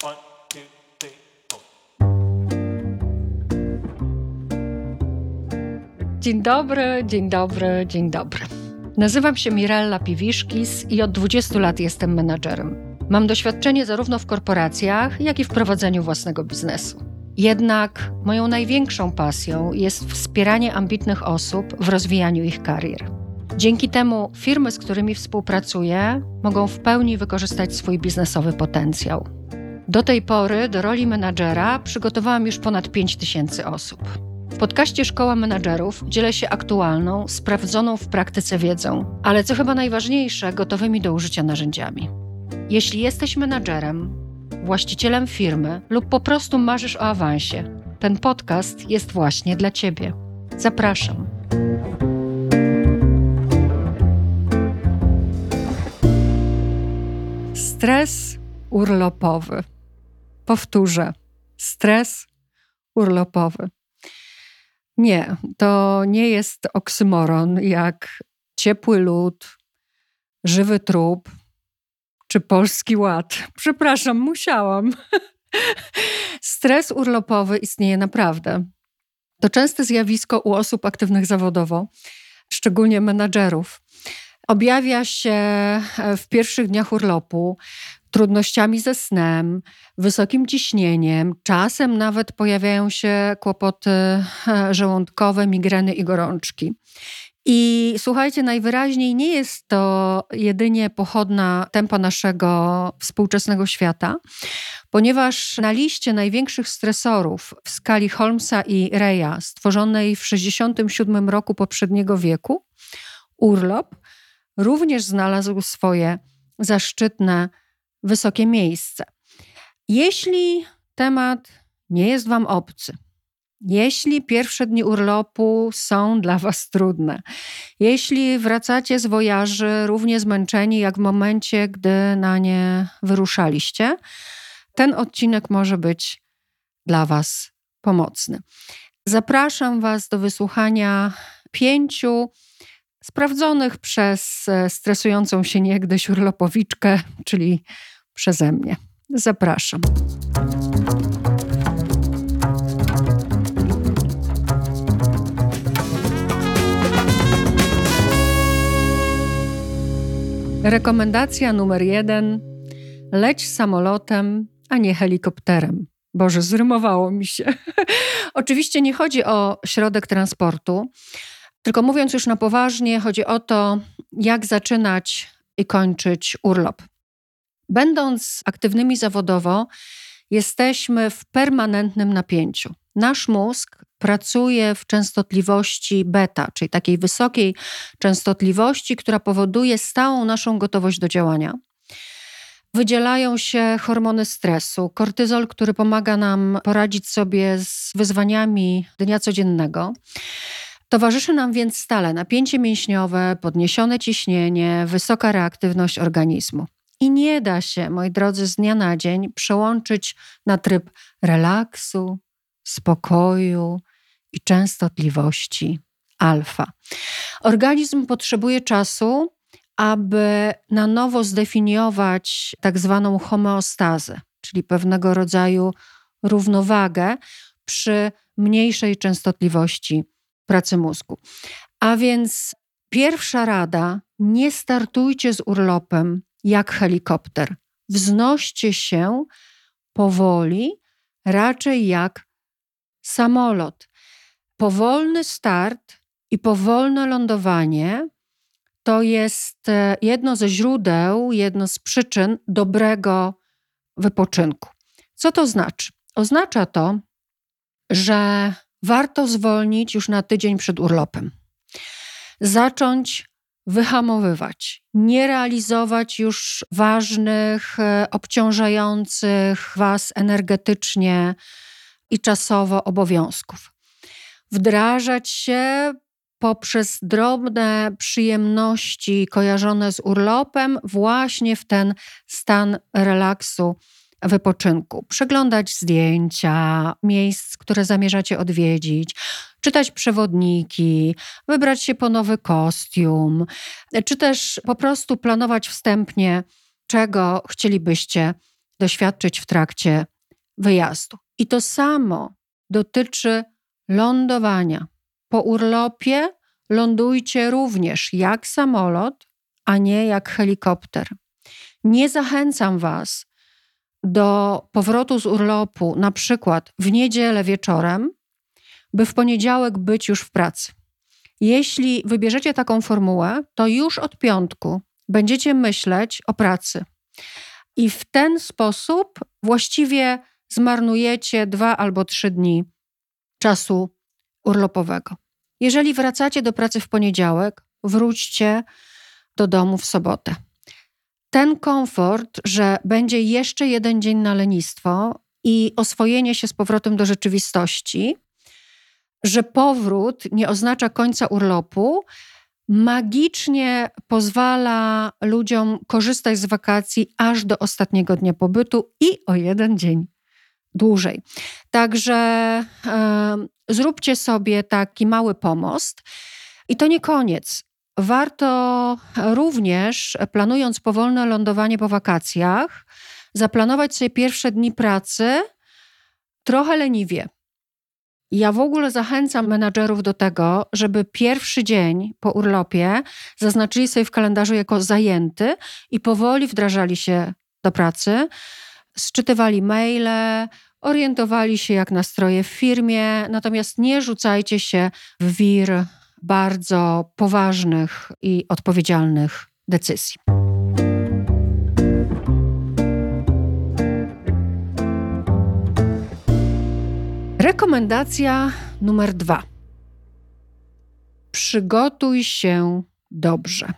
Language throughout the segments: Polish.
One, two, three, four. Dzień dobry, dzień dobry, dzień dobry. Nazywam się Mirella Piwiszkis i od 20 lat jestem menadżerem. Mam doświadczenie zarówno w korporacjach, jak i w prowadzeniu własnego biznesu. Jednak moją największą pasją jest wspieranie ambitnych osób w rozwijaniu ich karier. Dzięki temu firmy, z którymi współpracuję, mogą w pełni wykorzystać swój biznesowy potencjał. Do tej pory do roli menadżera przygotowałam już ponad 5000 osób. W podcaście Szkoła Menadżerów dzielę się aktualną, sprawdzoną w praktyce wiedzą, ale co chyba najważniejsze, gotowymi do użycia narzędziami. Jeśli jesteś menadżerem, właścicielem firmy lub po prostu marzysz o awansie, ten podcast jest właśnie dla Ciebie. Zapraszam. Stres urlopowy. Powtórzę. Stres urlopowy. Nie, to nie jest oksymoron jak ciepły lód, żywy trup czy Polski Ład. Przepraszam, musiałam. Stres urlopowy istnieje naprawdę. To częste zjawisko u osób aktywnych zawodowo, szczególnie menadżerów. Objawia się w pierwszych dniach urlopu trudnościami ze snem, wysokim ciśnieniem, czasem nawet pojawiają się kłopoty żołądkowe, migreny i gorączki. I słuchajcie, najwyraźniej nie jest to jedynie pochodna tempa naszego współczesnego świata, ponieważ na liście największych stresorów w skali Holmesa i Reya, stworzonej w 1967 roku poprzedniego wieku, urlop również znalazł swoje zaszczytne, wysokie miejsce. Jeśli temat nie jest Wam obcy, jeśli pierwsze dni urlopu są dla Was trudne, jeśli wracacie z wojaży równie zmęczeni jak w momencie, gdy na nie wyruszaliście, ten odcinek może być dla Was pomocny. Zapraszam Was do wysłuchania 5 sprawdzonych przez stresującą się niegdyś urlopowiczkę, czyli przeze mnie. Zapraszam. Rekomendacja numer 1. Leć samolotem, a nie helikopterem. Boże, zrymowało mi się. Oczywiście nie chodzi o środek transportu, tylko mówiąc już na poważnie, chodzi o to, jak zaczynać i kończyć urlop. Będąc aktywnymi zawodowo, jesteśmy w permanentnym napięciu. Nasz mózg pracuje w częstotliwości beta, czyli takiej wysokiej częstotliwości, która powoduje stałą naszą gotowość do działania. Wydzielają się hormony stresu, kortyzol, który pomaga nam poradzić sobie z wyzwaniami dnia codziennego. Towarzyszy nam więc stale napięcie mięśniowe, podniesione ciśnienie, wysoka reaktywność organizmu. I nie da się, moi drodzy, z dnia na dzień przełączyć na tryb relaksu, spokoju i częstotliwości alfa. Organizm potrzebuje czasu, aby na nowo zdefiniować tak zwaną homeostazę, czyli pewnego rodzaju równowagę przy mniejszej częstotliwości pracy mózgu. A więc pierwsza rada, nie startujcie z urlopem jak helikopter. Wznoście się powoli, raczej jak samolot. Powolny start i powolne lądowanie to jest jedno ze źródeł, jedno z przyczyn dobrego wypoczynku. Co to znaczy? Oznacza to, że warto zwolnić już na tydzień przed urlopem. Zacząć wyhamowywać, nie realizować już ważnych, obciążających Was energetycznie i czasowo obowiązków. Wdrażać się poprzez drobne przyjemności kojarzone z urlopem właśnie w ten stan relaksu, wypoczynku. Przeglądać zdjęcia miejsc, które zamierzacie odwiedzić, czytać przewodniki, wybrać się po nowy kostium, czy też po prostu planować wstępnie, czego chcielibyście doświadczyć w trakcie wyjazdu. I to samo dotyczy lądowania. Po urlopie lądujcie również jak samolot, a nie jak helikopter. Nie zachęcam Was do powrotu z urlopu na przykład w niedzielę wieczorem, by w poniedziałek być już w pracy. Jeśli wybierzecie taką formułę, to już od piątku będziecie myśleć o pracy. I w ten sposób właściwie zmarnujecie 2 albo 3 dni czasu urlopowego. Jeżeli wracacie do pracy w poniedziałek, wróćcie do domu w sobotę. Ten komfort, że będzie jeszcze 1 dzień na lenistwo i oswojenie się z powrotem do rzeczywistości, że powrót nie oznacza końca urlopu, magicznie pozwala ludziom korzystać z wakacji aż do ostatniego dnia pobytu i o 1 dzień dłużej. Także zróbcie sobie taki mały pomost. I to nie koniec. Warto również, planując powolne lądowanie po wakacjach, zaplanować sobie pierwsze dni pracy trochę leniwie. Ja w ogóle zachęcam menadżerów do tego, żeby pierwszy dzień po urlopie zaznaczyli sobie w kalendarzu jako zajęty i powoli wdrażali się do pracy, sczytywali maile, orientowali się jak nastroje w firmie, natomiast nie rzucajcie się w wir bardzo poważnych i odpowiedzialnych decyzji. Rekomendacja numer 2. Przygotuj się dobrze.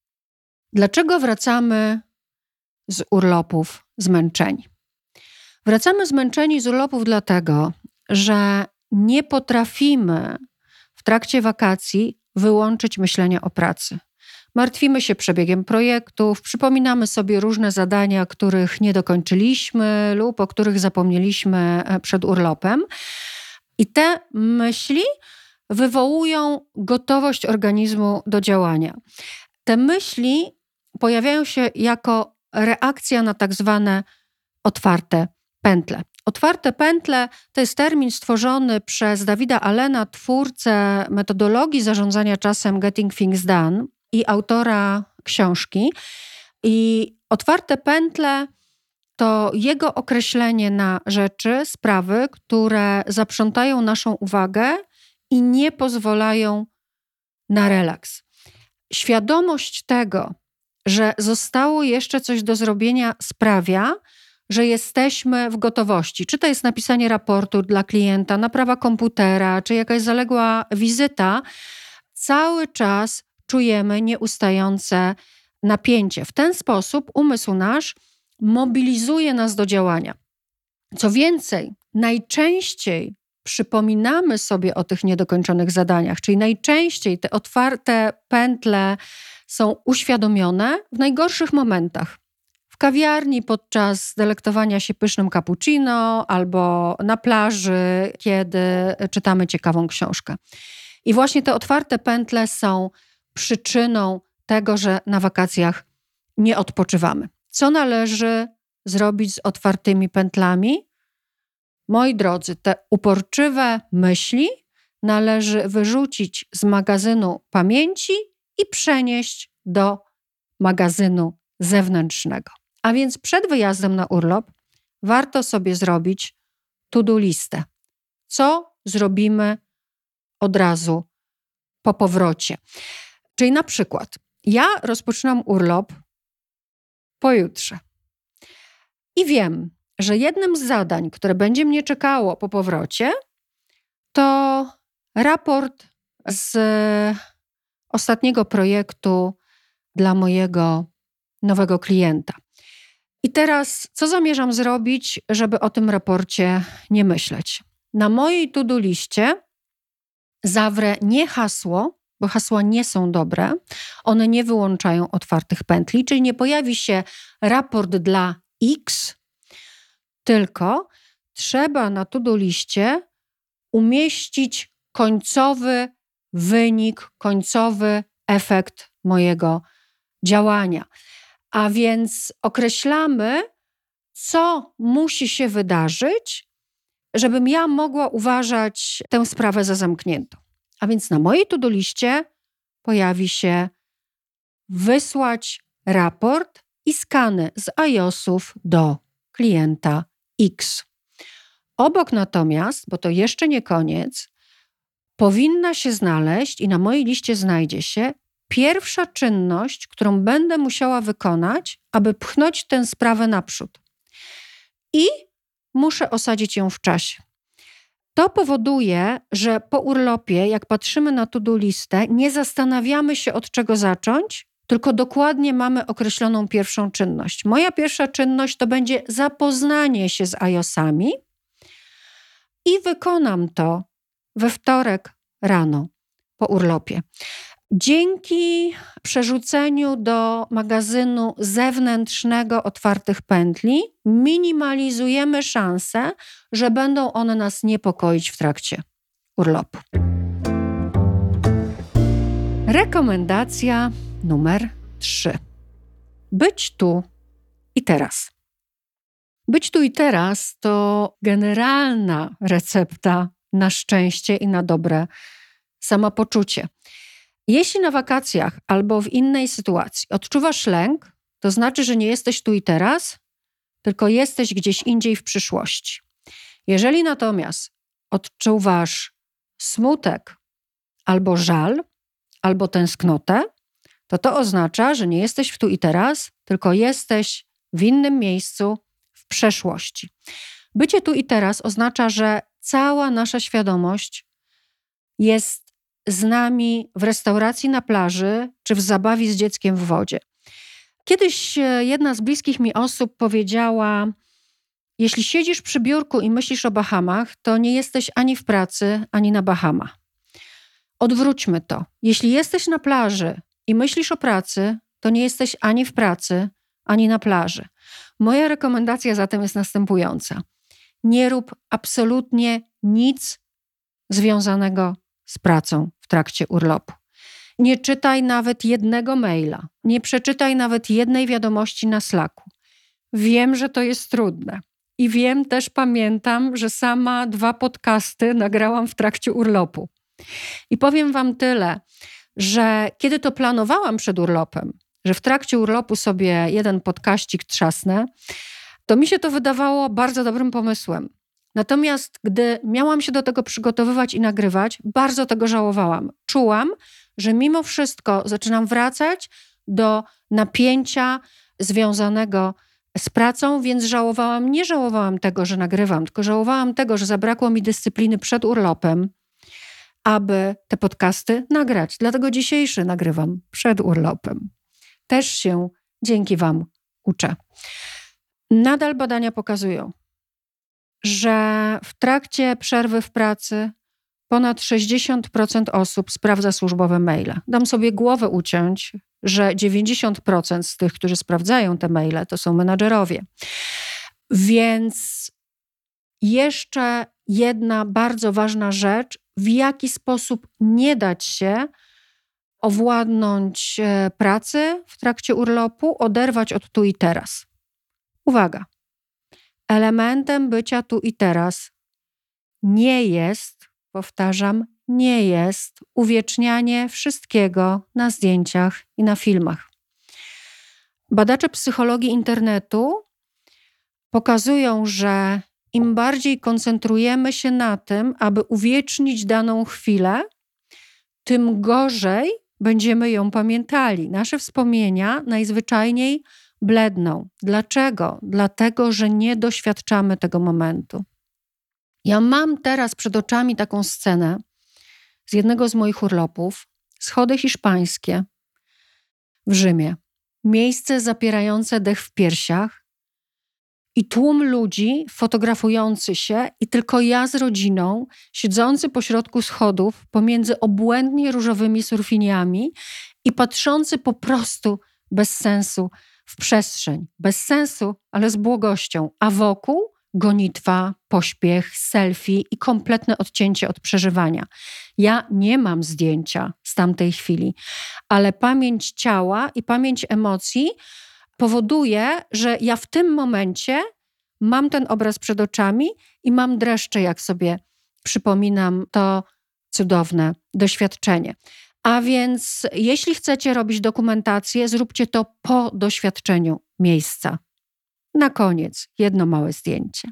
Dlaczego wracamy z urlopów zmęczeni? Wracamy zmęczeni z urlopów dlatego, że nie potrafimy w trakcie wakacji wyłączyć myślenia o pracy. Martwimy się przebiegiem projektów, przypominamy sobie różne zadania, których nie dokończyliśmy lub o których zapomnieliśmy przed urlopem. I te myśli wywołują gotowość organizmu do działania. Te myśli pojawiają się jako reakcja na tak zwane otwarte pętle. Otwarte pętle to jest termin stworzony przez Davida Allena, twórcę metodologii zarządzania czasem Getting Things Done i autora książki. I otwarte pętle to jego określenie na rzeczy, sprawy, które zaprzątają naszą uwagę i nie pozwalają na relaks. Świadomość tego, że zostało jeszcze coś do zrobienia, sprawia, że jesteśmy w gotowości. Czy to jest napisanie raportu dla klienta, naprawa komputera, czy jakaś zaległa wizyta, cały czas czujemy nieustające napięcie. W ten sposób umysł nasz mobilizuje nas do działania. Co więcej, najczęściej przypominamy sobie o tych niedokończonych zadaniach, czyli najczęściej te otwarte pętle są uświadomione w najgorszych momentach. W kawiarni podczas delektowania się pysznym cappuccino albo na plaży, kiedy czytamy ciekawą książkę. I właśnie te otwarte pętle są przyczyną tego, że na wakacjach nie odpoczywamy. Co należy zrobić z otwartymi pętlami? Moi drodzy, te uporczywe myśli należy wyrzucić z magazynu pamięci i przenieść do magazynu zewnętrznego. A więc przed wyjazdem na urlop warto sobie zrobić to-do listę. Co zrobimy od razu po powrocie? Czyli na przykład ja rozpoczynam urlop pojutrze i wiem, że jednym z zadań, które będzie mnie czekało po powrocie, to raport z ostatniego projektu dla mojego nowego klienta. I teraz, co zamierzam zrobić, żeby o tym raporcie nie myśleć? Na mojej to-do liście zawrę nie hasło, bo hasła nie są dobre, one nie wyłączają otwartych pętli, czyli nie pojawi się raport dla X, tylko trzeba na to-do liście umieścić końcowy wynik, końcowy efekt mojego działania. A więc określamy, co musi się wydarzyć, żebym ja mogła uważać tę sprawę za zamkniętą. A więc na mojej to-do liście pojawi się wysłać raport i skany z iOS-ów do klienta X. Obok natomiast, bo to jeszcze nie koniec, powinna się znaleźć i na mojej liście znajdzie się pierwsza czynność, którą będę musiała wykonać, aby pchnąć tę sprawę naprzód. I muszę osadzić ją w czasie. To powoduje, że po urlopie, jak patrzymy na to-do listę, nie zastanawiamy się, od czego zacząć, tylko dokładnie mamy określoną pierwszą czynność. Moja pierwsza czynność to będzie zapoznanie się z iOS-ami i wykonam to we wtorek rano po urlopie. Dzięki przerzuceniu do magazynu zewnętrznego otwartych pętli minimalizujemy szansę, że będą one nas niepokoić w trakcie urlopu. Rekomendacja numer 3. Być tu i teraz. Być tu i teraz to generalna recepta na szczęście i na dobre samopoczucie. Jeśli na wakacjach albo w innej sytuacji odczuwasz lęk, to znaczy, że nie jesteś tu i teraz, tylko jesteś gdzieś indziej w przyszłości. Jeżeli natomiast odczuwasz smutek albo żal, albo tęsknotę, to oznacza, że nie jesteś w tu i teraz, tylko jesteś w innym miejscu, w przeszłości. Bycie tu i teraz oznacza, że cała nasza świadomość jest z nami w restauracji na plaży, czy w zabawie z dzieckiem w wodzie. Kiedyś jedna z bliskich mi osób powiedziała: jeśli siedzisz przy biurku i myślisz o Bahamach, to nie jesteś ani w pracy, ani na Bahamach. Odwróćmy to. Jeśli jesteś na plaży i myślisz o pracy, to nie jesteś ani w pracy, ani na plaży. Moja rekomendacja zatem jest następująca. Nie rób absolutnie nic związanego z pracą w trakcie urlopu. Nie czytaj nawet jednego maila. Nie przeczytaj nawet jednej wiadomości na Slacku. Wiem, że to jest trudne. I wiem, też pamiętam, że sama 2 podcasty nagrałam w trakcie urlopu. I powiem wam tyle, że kiedy to planowałam przed urlopem, że w trakcie urlopu sobie jeden podcaścik trzasnę, to mi się to wydawało bardzo dobrym pomysłem. Natomiast gdy miałam się do tego przygotowywać i nagrywać, bardzo tego żałowałam. Czułam, że mimo wszystko zaczynam wracać do napięcia związanego z pracą, więc nie żałowałam tego, że nagrywam, tylko żałowałam tego, że zabrakło mi dyscypliny przed urlopem, aby te podcasty nagrać. Dlatego dzisiejszy nagrywam przed urlopem. Też się dzięki wam uczę. Nadal badania pokazują, że w trakcie przerwy w pracy ponad 60% osób sprawdza służbowe maile. Dam sobie głowę uciąć, że 90% z tych, którzy sprawdzają te maile, to są menadżerowie. Więc jeszcze jedna bardzo ważna rzecz, w jaki sposób nie dać się owładnąć pracy w trakcie urlopu, oderwać od tu i teraz. Uwaga! Elementem bycia tu i teraz nie jest, powtarzam, nie jest uwiecznianie wszystkiego na zdjęciach i na filmach. Badacze psychologii internetu pokazują, że im bardziej koncentrujemy się na tym, aby uwiecznić daną chwilę, tym gorzej będziemy ją pamiętali. Nasze wspomnienia najzwyczajniej bledną. Dlaczego? Dlatego, że nie doświadczamy tego momentu. Ja mam teraz przed oczami taką scenę z jednego z moich urlopów. Schody hiszpańskie w Rzymie. Miejsce zapierające dech w piersiach i tłum ludzi fotografujący się i tylko ja z rodziną siedzący pośrodku schodów pomiędzy obłędnie różowymi surfiniami i patrzący po prostu bez sensu w przestrzeń. Bez sensu, ale z błogością. A wokół gonitwa, pośpiech, selfie i kompletne odcięcie od przeżywania. Ja nie mam zdjęcia z tamtej chwili, ale pamięć ciała i pamięć emocji powoduje, że ja w tym momencie mam ten obraz przed oczami i mam dreszcze, jak sobie przypominam to cudowne doświadczenie. A więc jeśli chcecie robić dokumentację, zróbcie to po doświadczeniu miejsca. Na koniec jedno małe zdjęcie.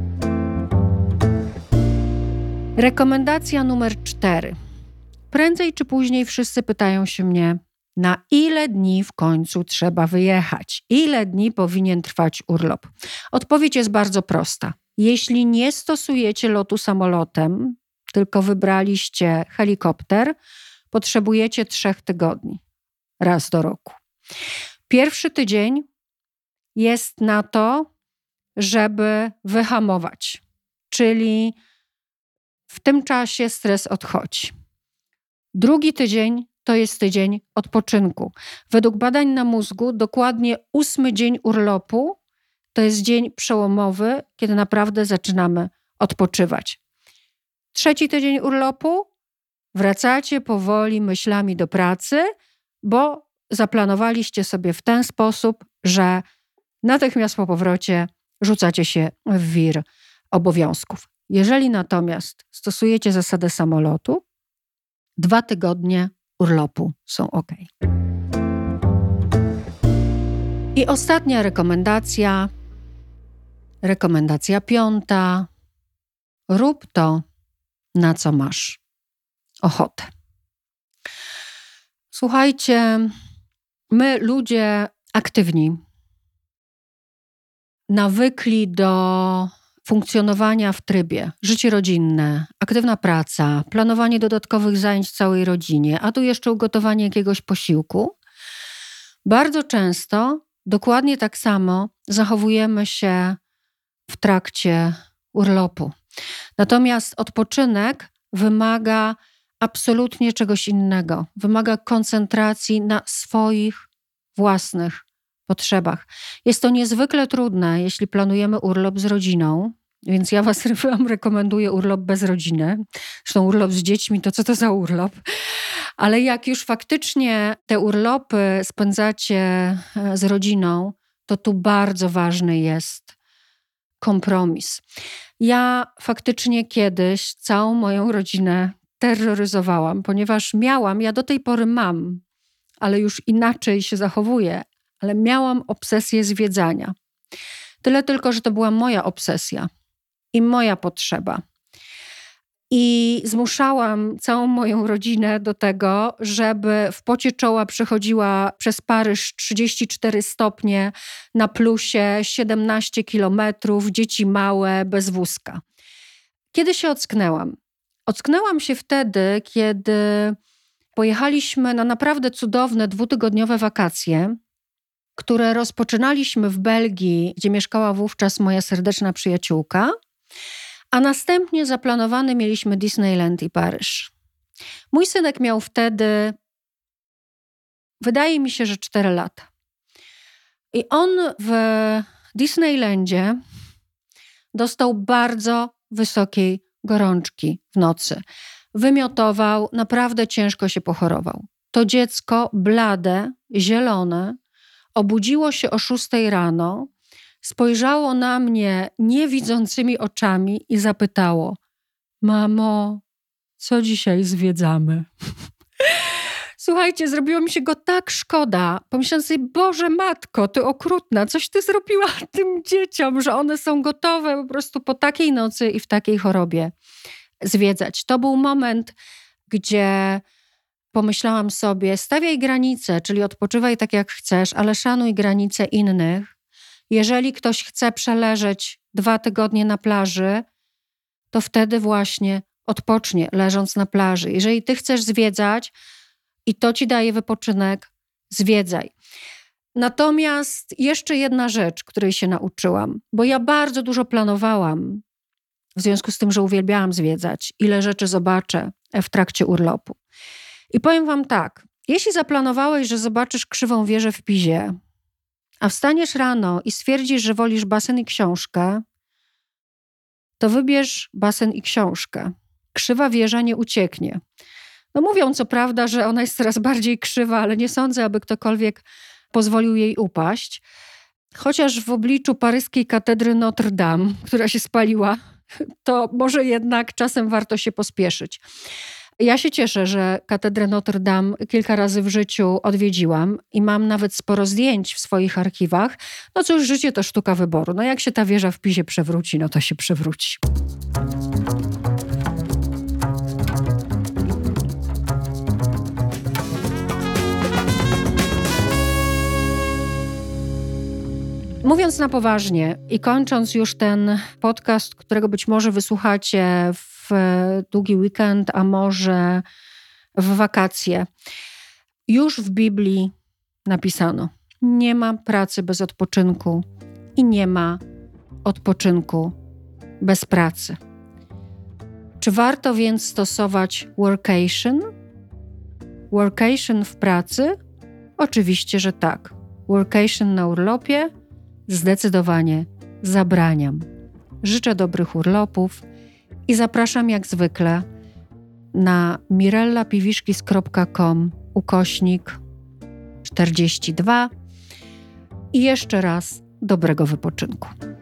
Rekomendacja numer 4. Prędzej czy później wszyscy pytają się mnie, na ile dni w końcu trzeba wyjechać? Ile dni powinien trwać urlop? Odpowiedź jest bardzo prosta. Jeśli nie stosujecie lotu samolotem, tylko wybraliście helikopter, potrzebujecie 3 tygodni, raz do roku. Pierwszy tydzień jest na to, żeby wyhamować, czyli w tym czasie stres odchodzi. Drugi tydzień to jest tydzień odpoczynku. Według badań na mózgu dokładnie 8 dzień urlopu to jest dzień przełomowy, kiedy naprawdę zaczynamy odpoczywać. 3 tydzień urlopu wracacie powoli myślami do pracy, bo zaplanowaliście sobie w ten sposób, że natychmiast po powrocie rzucacie się w wir obowiązków. Jeżeli natomiast stosujecie zasadę samolotu, 2 tygodnie urlopu są ok. I ostatnia rekomendacja. Rekomendacja 5. Rób to, na co masz ochotę. Słuchajcie, my ludzie aktywni, nawykli do funkcjonowania w trybie życie rodzinne, aktywna praca, planowanie dodatkowych zajęć całej rodzinie, a tu jeszcze ugotowanie jakiegoś posiłku. Bardzo często dokładnie tak samo zachowujemy się w trakcie urlopu. Natomiast odpoczynek wymaga absolutnie czegoś innego. Wymaga koncentracji na swoich własnych potrzebach. Jest to niezwykle trudne, jeśli planujemy urlop z rodziną, więc ja wam rekomenduję urlop bez rodziny. Zresztą urlop z dziećmi, to co to za urlop? Ale jak już faktycznie te urlopy spędzacie z rodziną, to tu bardzo ważny jest kompromis. Ja faktycznie kiedyś całą moją rodzinę terroryzowałam, ponieważ ja do tej pory mam, ale już inaczej się zachowuję, ale miałam obsesję zwiedzania. Tyle tylko, że to była moja obsesja i moja potrzeba. I zmuszałam całą moją rodzinę do tego, żeby w pocie czoła przechodziła przez Paryż 34 stopnie, na plusie 17 kilometrów, dzieci małe, bez wózka. Kiedy się ocknęłam? Ocknęłam się wtedy, kiedy pojechaliśmy na naprawdę cudowne 2-tygodniowe wakacje, które rozpoczynaliśmy w Belgii, gdzie mieszkała wówczas moja serdeczna przyjaciółka, a następnie zaplanowany mieliśmy Disneyland i Paryż. Mój synek miał wtedy, wydaje mi się, że 4 lata. I on w Disneylandzie dostał bardzo wysokiej gorączki w nocy. Wymiotował, naprawdę ciężko się pochorował. To dziecko blade, zielone, obudziło się o 6 rano, spojrzało na mnie niewidzącymi oczami i zapytało: mamo, co dzisiaj zwiedzamy? Słuchajcie, zrobiło mi się go tak szkoda. Pomyślałam sobie: Boże matko, ty okrutna, coś ty zrobiła tym dzieciom, że one są gotowe po prostu po takiej nocy i w takiej chorobie zwiedzać. To był moment, gdzie pomyślałam sobie: stawiaj granice, czyli odpoczywaj tak jak chcesz, ale szanuj granice innych. Jeżeli ktoś chce przeleżeć 2 tygodnie na plaży, to wtedy właśnie odpocznie, leżąc na plaży. Jeżeli ty chcesz zwiedzać i to ci daje wypoczynek, zwiedzaj. Natomiast jeszcze jedna rzecz, której się nauczyłam, bo ja bardzo dużo planowałam, w związku z tym, że uwielbiałam zwiedzać, ile rzeczy zobaczę w trakcie urlopu. I powiem wam tak, jeśli zaplanowałeś, że zobaczysz krzywą wieżę w Pizie, a wstaniesz rano i stwierdzisz, że wolisz basen i książkę, to wybierz basen i książkę. Krzywa wieża nie ucieknie. No mówią co prawda, że ona jest coraz bardziej krzywa, ale nie sądzę, aby ktokolwiek pozwolił jej upaść. chociaż w obliczu paryskiej katedry Notre Dame, która się spaliła, to może jednak czasem warto się pospieszyć. Ja się cieszę, że katedrę Notre Dame kilka razy w życiu odwiedziłam i mam nawet sporo zdjęć w swoich archiwach. No cóż, życie to sztuka wyboru. No jak się ta wieża w Pizie przewróci, no to się przewróci. Mówiąc na poważnie i kończąc już ten podcast, którego być może wysłuchacie w długi weekend, a może w wakacje, już w Biblii napisano: nie ma pracy bez odpoczynku i nie ma odpoczynku bez pracy. Czy warto więc stosować workation? Workation w pracy? Oczywiście, że tak. Workation na urlopie? Zdecydowanie zabraniam. Życzę dobrych urlopów i zapraszam jak zwykle na mirellapiwiszkis.com/42 i jeszcze raz dobrego wypoczynku.